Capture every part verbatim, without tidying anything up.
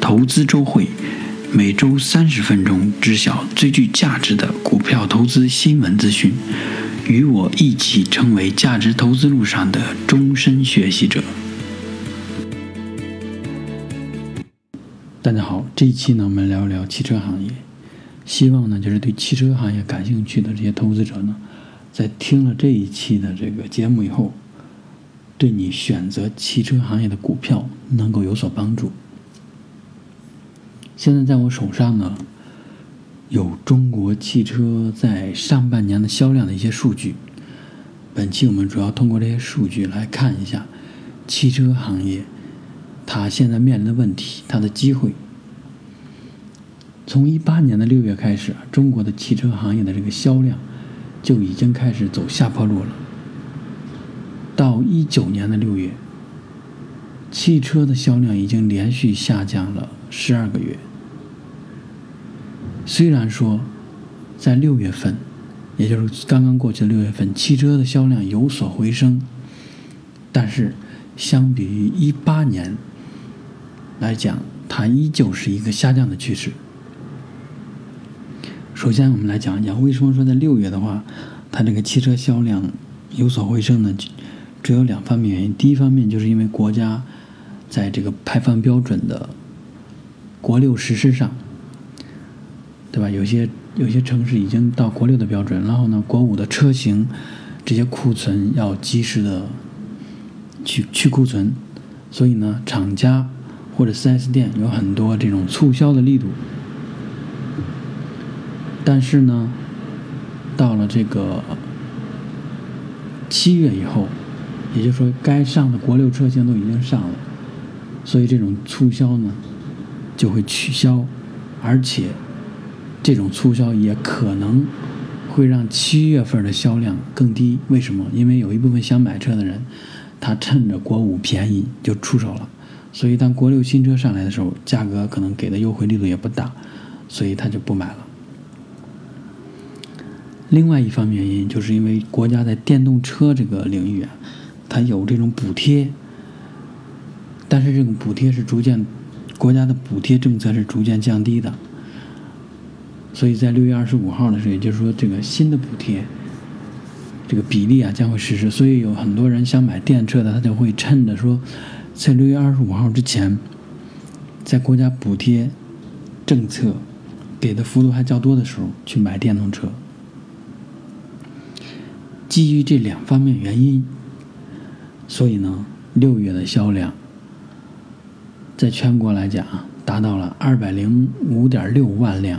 投资周会，每周三十分钟，知晓最具价值的股票投资新闻资讯，与我一起成为价值投资路上的终身学习者。大家好，这一期呢，我们聊一聊汽车行业。希望呢，就是对汽车行业感兴趣的这些投资者呢，在听了这一期的这个节目以后，对你选择汽车行业的股票能够有所帮助。现在在我手上呢，有中国汽车在上半年的销量的一些数据。本期我们主要通过这些数据来看一下汽车行业它现在面临的问题，它的机会。从一八年的六月开始，中国的汽车行业的这个销量就已经开始走下坡路了。到一九年的六月，汽车的销量已经连续下降了十二个月。虽然说在六月份，也就是刚刚过去的六月份，汽车的销量有所回升，但是相比于一八年来讲，它依旧是一个下降的趋势。首先我们来讲一讲，为什么说在六月的话，它这个汽车销量有所回升呢？主要有两方面原因。第一方面就是因为国家在这个排放标准的国六实施上，对吧？有些有些城市已经到国六的标准，然后呢，国五的车型这些库存要及时的去去库存，所以呢，厂家或者 四 S 店有很多这种促销的力度。但是呢，到了这个七月以后，也就是说该上的国六车型都已经上了，所以这种促销呢就会取消，而且这种促销也可能会让七月份的销量更低。为什么？因为有一部分想买车的人，他趁着国五便宜就出手了，所以当国六新车上来的时候，价格可能给的优惠力度也不大，所以他就不买了。另外一方面原因，就是因为国家在电动车这个领域啊，它有这种补贴，但是这种补贴是逐渐，国家的补贴政策是逐渐降低的，所以在六月二十五号的时候，也就是说这个新的补贴这个比例啊将会实施，所以有很多人想买电车的，他就会趁着说在六月二十五号之前，在国家补贴政策给的幅度还较多的时候去买电动车。基于这两方面原因，所以呢，六月的销量在全国来讲达到了二百零五点六万辆。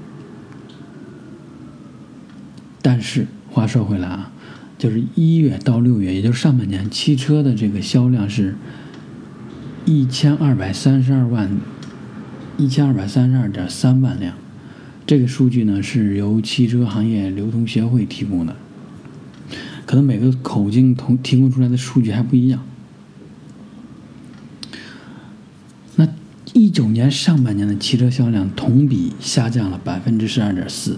但是话说回来啊，就是一月到六月，也就是上半年，汽车的这个销量是一千二百三十二万，一千二百三十二点三万辆。这个数据呢是由汽车行业流通协会提供的。可能每个口径同提供出来的数据还不一样。那一九年上半年的汽车销量同比下降了百分之十二点四。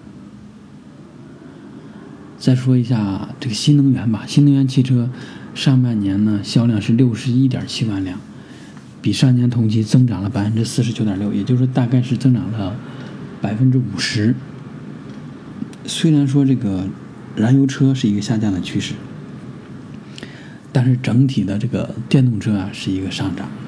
再说一下这个新能源吧，新能源汽车上半年呢销量是六十一点七万辆，比上年同期增长了百分之四十九点六，也就是说大概是增长了百分之五十。虽然说这个燃油车是一个下降的趋势，但是整体的这个电动车啊是一个上涨。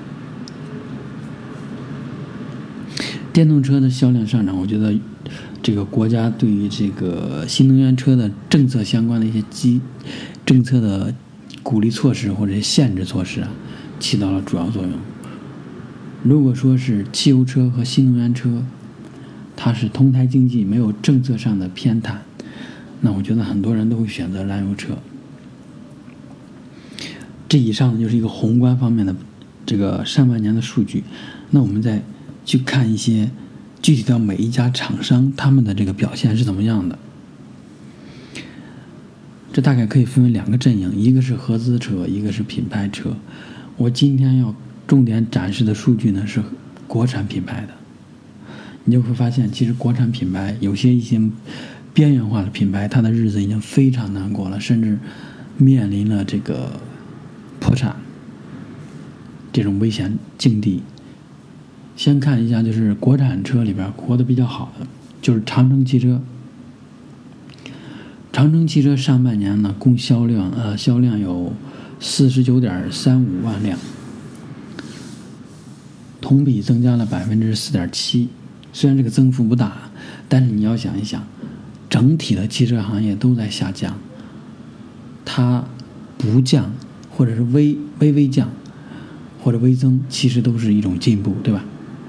电动车的销量上涨，我觉得这个国家对于这个新能源车的政策相关的一些基政策的鼓励措施或者限制措施啊，起到了主要作用。如果说是汽油车和新能源车，它是同台竞技，没有政策上的偏袒，那我觉得很多人都会选择燃油车。这以上就是一个宏观方面的这个上半年的数据。那我们再去看一些具体到每一家厂商他们的这个表现是怎么样的。这大概可以分为两个阵营，一个是合资车，一个是品牌车。我今天要重点展示的数据呢是国产品牌的。你就会发现，其实国产品牌有些一些边缘化的品牌，它的日子已经非常难过了，甚至面临了这个破产这种危险境地。 先看一下，就是国产车里边活得比较好的，就是长城汽车。长城汽车上半年呢，共销量呃销量有四十九点三五万辆，同比增加了百分之四点七。虽然这个增幅不大，但是你要想一想，整体的汽车行业都在下降，它不降或者是微微微降或者微增，其实都是一种进步，对吧？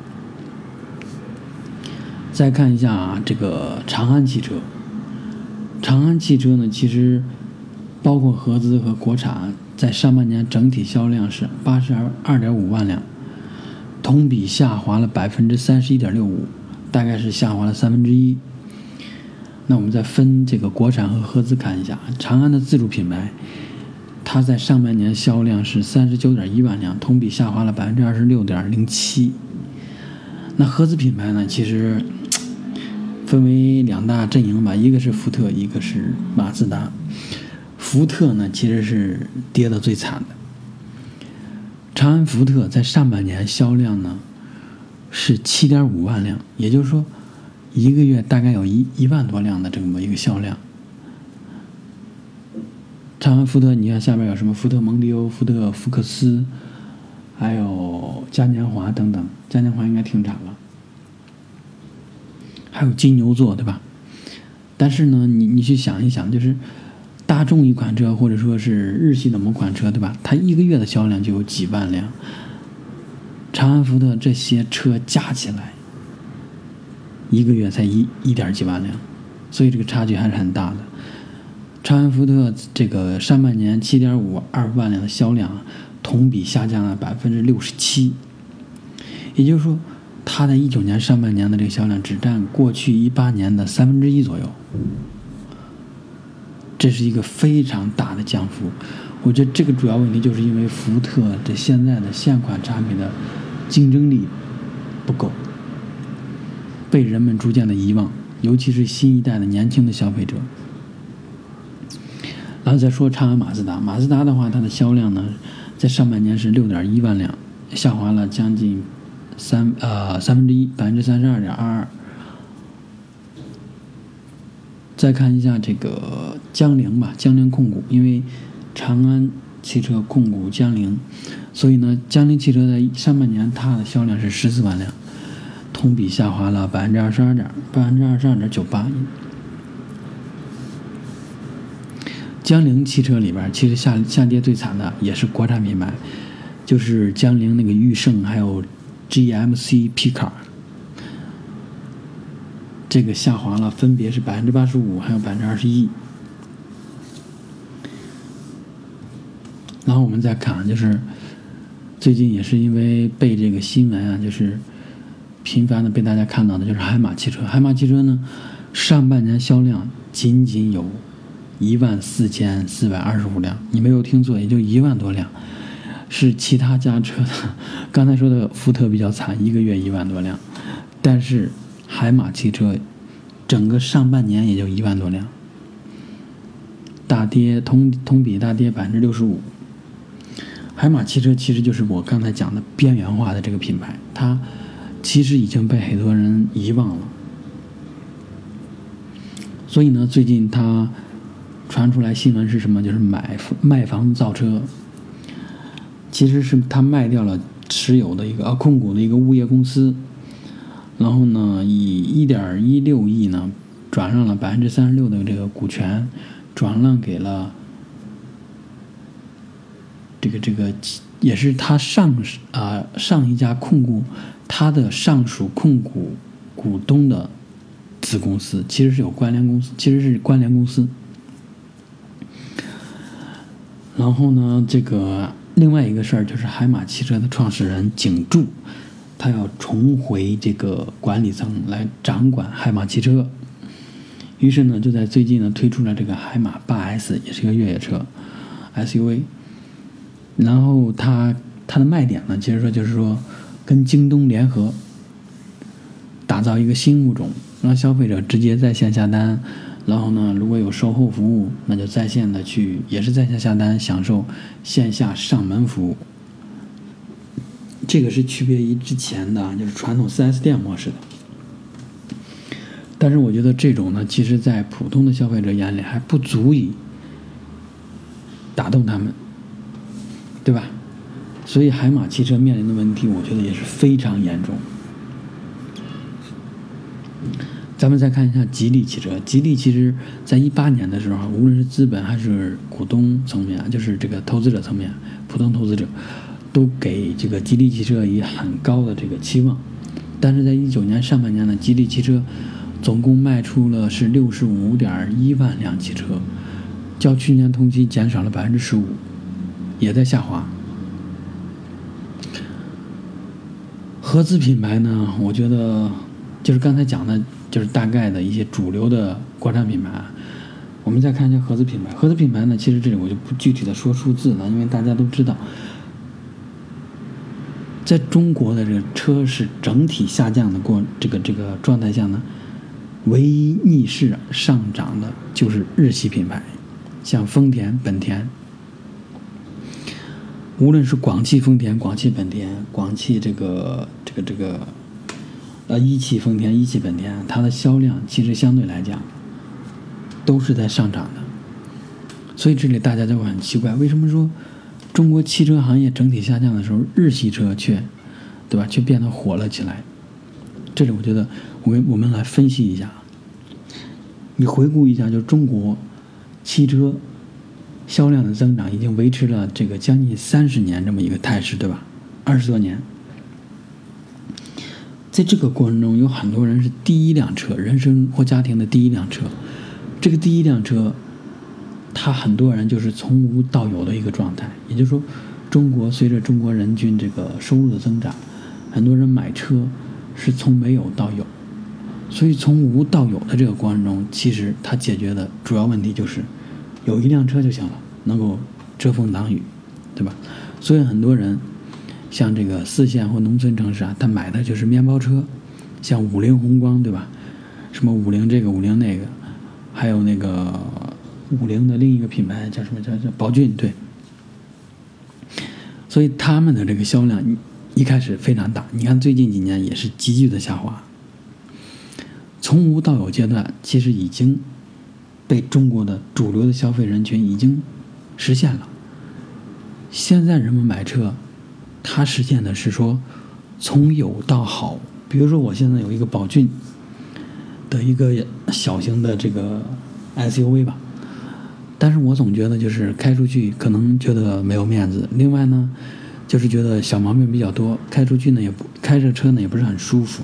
再看一下啊，这个长安汽车。长安汽车呢，其实包括合资和国产，在上半年整体销量是八十二点五万辆，同比下滑了百分之三十一点六五，大概是下滑了三分之一。那我们再分这个国产和合资看一下，长安的自主品牌，它在上半年销量是三十九点一万辆，同比下滑了百分之二十六点零七。那合资品牌呢，其实分为两大阵营吧，一个是福特，一个是马自达。福特呢，其实是跌得最惨的。长安福特在上半年销量呢是七点五万辆，也就是说一个月大概有一一万多辆的这么一个销量。长安福特，你看下面有什么福特蒙迪欧、福特福克斯，还有嘉年华等等，嘉年华应该停产了。还有金牛座，对吧？但是呢，你你去想一想，就是大众一款车，或者说是日系的某款车，对吧？它一个月的销量就有几万辆。长安福特这些车加起来，一个月才一一点几万辆，所以这个差距还是很大的。长安福特这个上半年七点五二万辆的销量，同比下降了百分之六十七，也就是说，它在一九年上半年的这个销量只占过去一八年的三分之一左右，这是一个非常大的降幅。我觉得这个主要问题就是因为福特这现在的现款产品的竞争力不够，被人们逐渐的遗忘，尤其是新一代的年轻的消费者。然后再说长安马自达，马自达的话，它的销量呢，在上半年是六点一万辆，下滑了将近三呃三分之一，百分之三十二点二二。再看一下这个江铃吧，江铃控股，因为长安汽车控股江铃，所以呢，江铃汽车在上半年它的销量是十四万辆，同比下滑了百分之二十二点百分之二十二点九八。江铃汽车里边，其实下下跌最惨的也是国产品牌，就是江铃那个驭胜还有 G M C P 卡，这个下滑了，分别是百分之八十五还有百分之二十一。然后我们再看，就是最近也是因为被这个新闻啊，就是频繁的被大家看到的，就是海马汽车。海马汽车呢，上半年销量仅仅有一万四千四百二十五辆，你没有听错，也就一万多辆，是其他家车的。刚才说的福特比较惨，一个月一万多辆，但是海马汽车整个上半年也就一万多辆，大跌同同比大跌百分之六十五。海马汽车其实就是我刚才讲的边缘化的这个品牌，它其实已经被很多人遗忘了。所以呢，最近它传出来新闻是什么？就是买卖房造车，其实是他卖掉了持有的一个啊控股的一个物业公司，然后呢，以一点一六亿呢转让了百分之三十六的这个股权，转让给了这个这个也是他上啊、呃、上一家控股他的上属控股股东的子公司，其实是有关联公司，其实是关联公司。然后呢，这个另外一个事儿就是海马汽车的创始人景柱，他要重回这个管理层来掌管海马汽车。于是呢，就在最近呢推出了这个海马 八 S， 也是一个越野车 S U V。然后它它的卖点呢，其实说就是说跟京东联合，打造一个新物种，让消费者直接在线下单。然后呢，如果有售后服务，那就在线的去，也是在线下单，享受线下上门服务。 这个是区别于之前的，就是传统 四 S 店模式的。但是我觉得这种呢，其实在普通的消费者眼里还不足以打动他们，对吧？所以海马汽车面临的问题，我觉得也是非常严重。咱们再看一下吉利汽车，吉利其实在一八年的时候，无论是资本还是股东层面，就是这个投资者层面，普通投资者都给这个吉利汽车以很高的这个期望。但是在一九年上半年呢，吉利汽车总共卖出了是六十五点一万辆汽车，较去年同期减少了百分之十五，也在下滑。合资品牌呢，我觉得就是刚才讲的，就是大概的一些主流的国产品牌。我们再看一下合资品牌，合资品牌呢，其实这里我就不具体的说数字了，因为大家都知道，在中国的这个车市整体下降的过这个这个状态下呢，唯一逆势上涨的就是日系品牌，像丰田、本田。无论是广汽丰田、广汽本田、广汽这个这个这个呃一汽丰田、一汽本田，它的销量其实相对来讲都是在上涨的。所以这里大家就会很奇怪，为什么说中国汽车行业整体下降的时候，日系车却对吧却变得火了起来？这里我觉得我们我们来分析一下，你回顾一下，就是中国汽车销量的增长已经维持了这个将近三十年这么一个态势，对吧？二十多年，在这个过程中，有很多人是第一辆车，人生或家庭的第一辆车。这个第一辆车，他很多人就是从无到有的一个状态。也就是说，中国随着中国人均这个收入的增长，很多人买车是从没有到有。所以从无到有的这个过程中，其实它解决的主要问题就是有一辆车就行了，能够遮风挡雨，对吧？所以很多人像这个四线或农村城市啊，他买的就是面包车，像五菱宏光，对吧？什么五菱这个五菱那个，还有那个五菱的另一个品牌叫什么？叫叫宝骏，对。所以他们的这个销量一开始非常大，你看最近几年也是急剧的下滑。从无到有阶段，其实已经被中国的主流的消费人群已经实现了。现在人们买车，他实现的是说从有到好。比如说我现在有一个宝骏的一个小型的这个 S U V 吧，但是我总觉得就是开出去可能觉得没有面子，另外呢就是觉得小毛病比较多，开出去呢也不开着车呢也不是很舒服，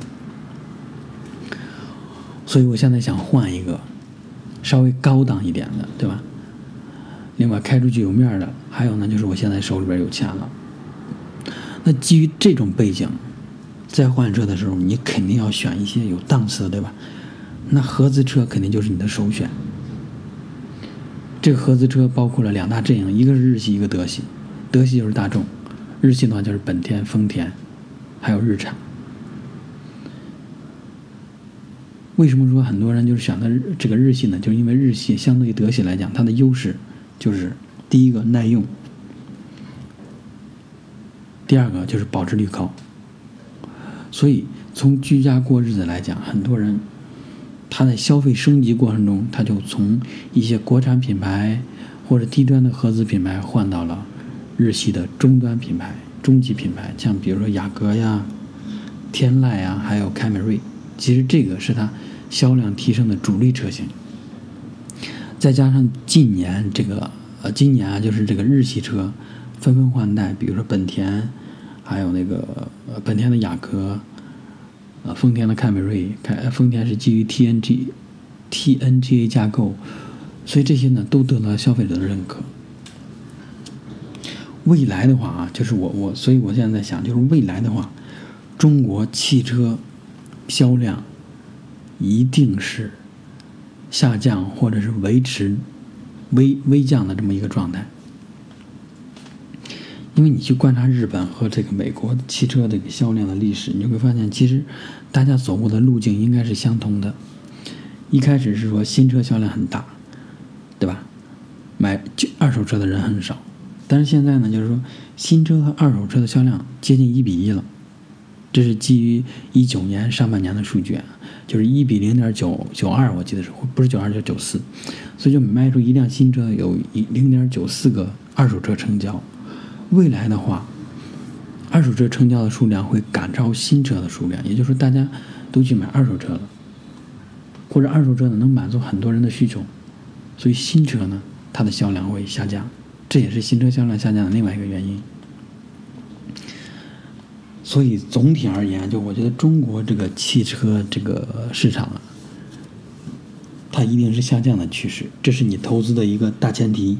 所以我现在想换一个稍微高档一点的，对吧？另外开出去有面的，还有呢就是我现在手里边有钱了。那基于这种背景，在换车的时候你肯定要选一些有档次的，对吧？那合资车肯定就是你的首选。这个合资车包括了两大阵营，一个是日系，一个德系。德系就是大众，日系的话就是本田、丰田还有日产。为什么说很多人就是选择这个日系呢？就是因为日系相对于德系来讲，它的优势就是第一个耐用，第二个就是保值率高。所以从居家过日子来讲，很多人他在消费升级过程中，他就从一些国产品牌或者低端的合资品牌换到了日系的中端品牌、中级品牌，像比如说雅阁呀、天籁呀，还有凯美瑞。其实这个是它销量提升的主力车型。再加上近年这个呃，今年啊，就是这个日系车纷纷换代，比如说本田，还有那个呃本田的雅阁，呃丰田的凯美瑞，凯丰田是基于 T N G T N G A 架构，所以这些呢都得到消费者的认可。未来的话啊，就是我我，所以我现在在想，就是未来的话，中国汽车销量一定是下降或者是维持微微降的这么一个状态。因为你去观察日本和这个美国汽车这个销量的历史，你就会发现其实大家走过的路径应该是相同的。一开始是说新车销量很大，对吧？买二手车的人很少， 但是现在呢，就是说新车和二手车的销量接近一比一了，这是基于一九年上半年的数据，就是一比零点九九二，我记得是不是九二就九四，所以就卖出一辆新车有零点九四个二手车成交。未来的话，二手车成交的数量会赶超新车的数量，也就是说大家都去买二手车了，或者二手车呢能满足很多人的需求，所以新车呢它的销量会下降，这也是新车销量下降的另外一个原因。所以总体而言，就我觉得中国这个汽车这个市场啊，它一定是下降的趋势，这是你投资的一个大前提。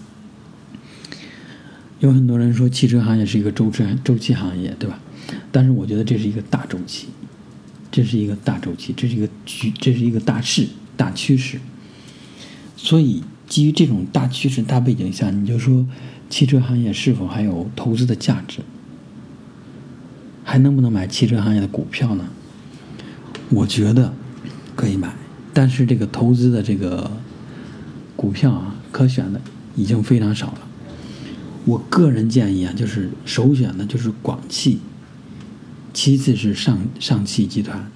有很多人说汽车行业是一个周期周期行业，对吧？但是我觉得这是一个大周期，这是一个大周期，这是一个趋，这是一个大势、大趋势。所以基于这种大趋势、大背景下，你就说汽车行业是否还有投资的价值？还能不能买汽车行业的股票呢？我觉得可以买，但是这个投资的这个股票啊，可选的已经非常少了。我个人建议啊，就是首选的就是广汽，其次是上上汽集团。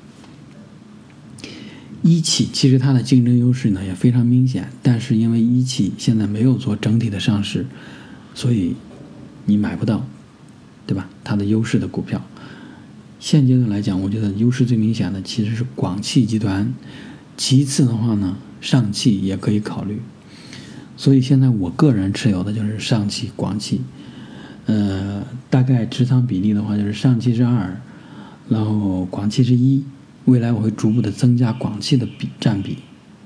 一汽其实它的竞争优势呢也非常明显，但是因为一汽现在没有做整体的上市，所以你买不到，对吧？它的优势的股票。现阶段来讲，我觉得优势最明显的其实是广汽集团，其次的话呢，上汽也可以考虑。所以现在我个人持有的就是上汽、广汽，呃，大概持仓比例的话就是上汽是二，然后广汽是一，未来我会逐步的增加广汽的比占比。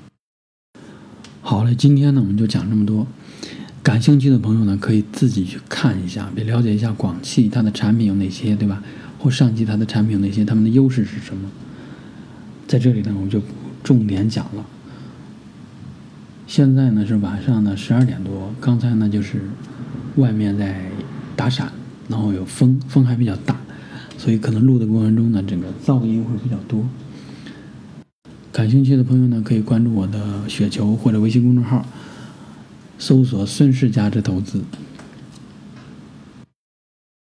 好了，今天呢我们就讲这么多，感兴趣的朋友呢可以自己去看一下，别了解一下广汽它的产品有哪些，对吧？或上汽它的产品有哪些，它们的优势是什么？在这里呢我们就不重点讲了。现在呢是晚上的十二点多，刚才呢就是外面在打闪，然后有风，风还比较大，所以可能录的过程中呢，这个噪音会比较多。感兴趣的朋友呢，可以关注我的雪球或者微信公众号，搜索孙氏价值投资。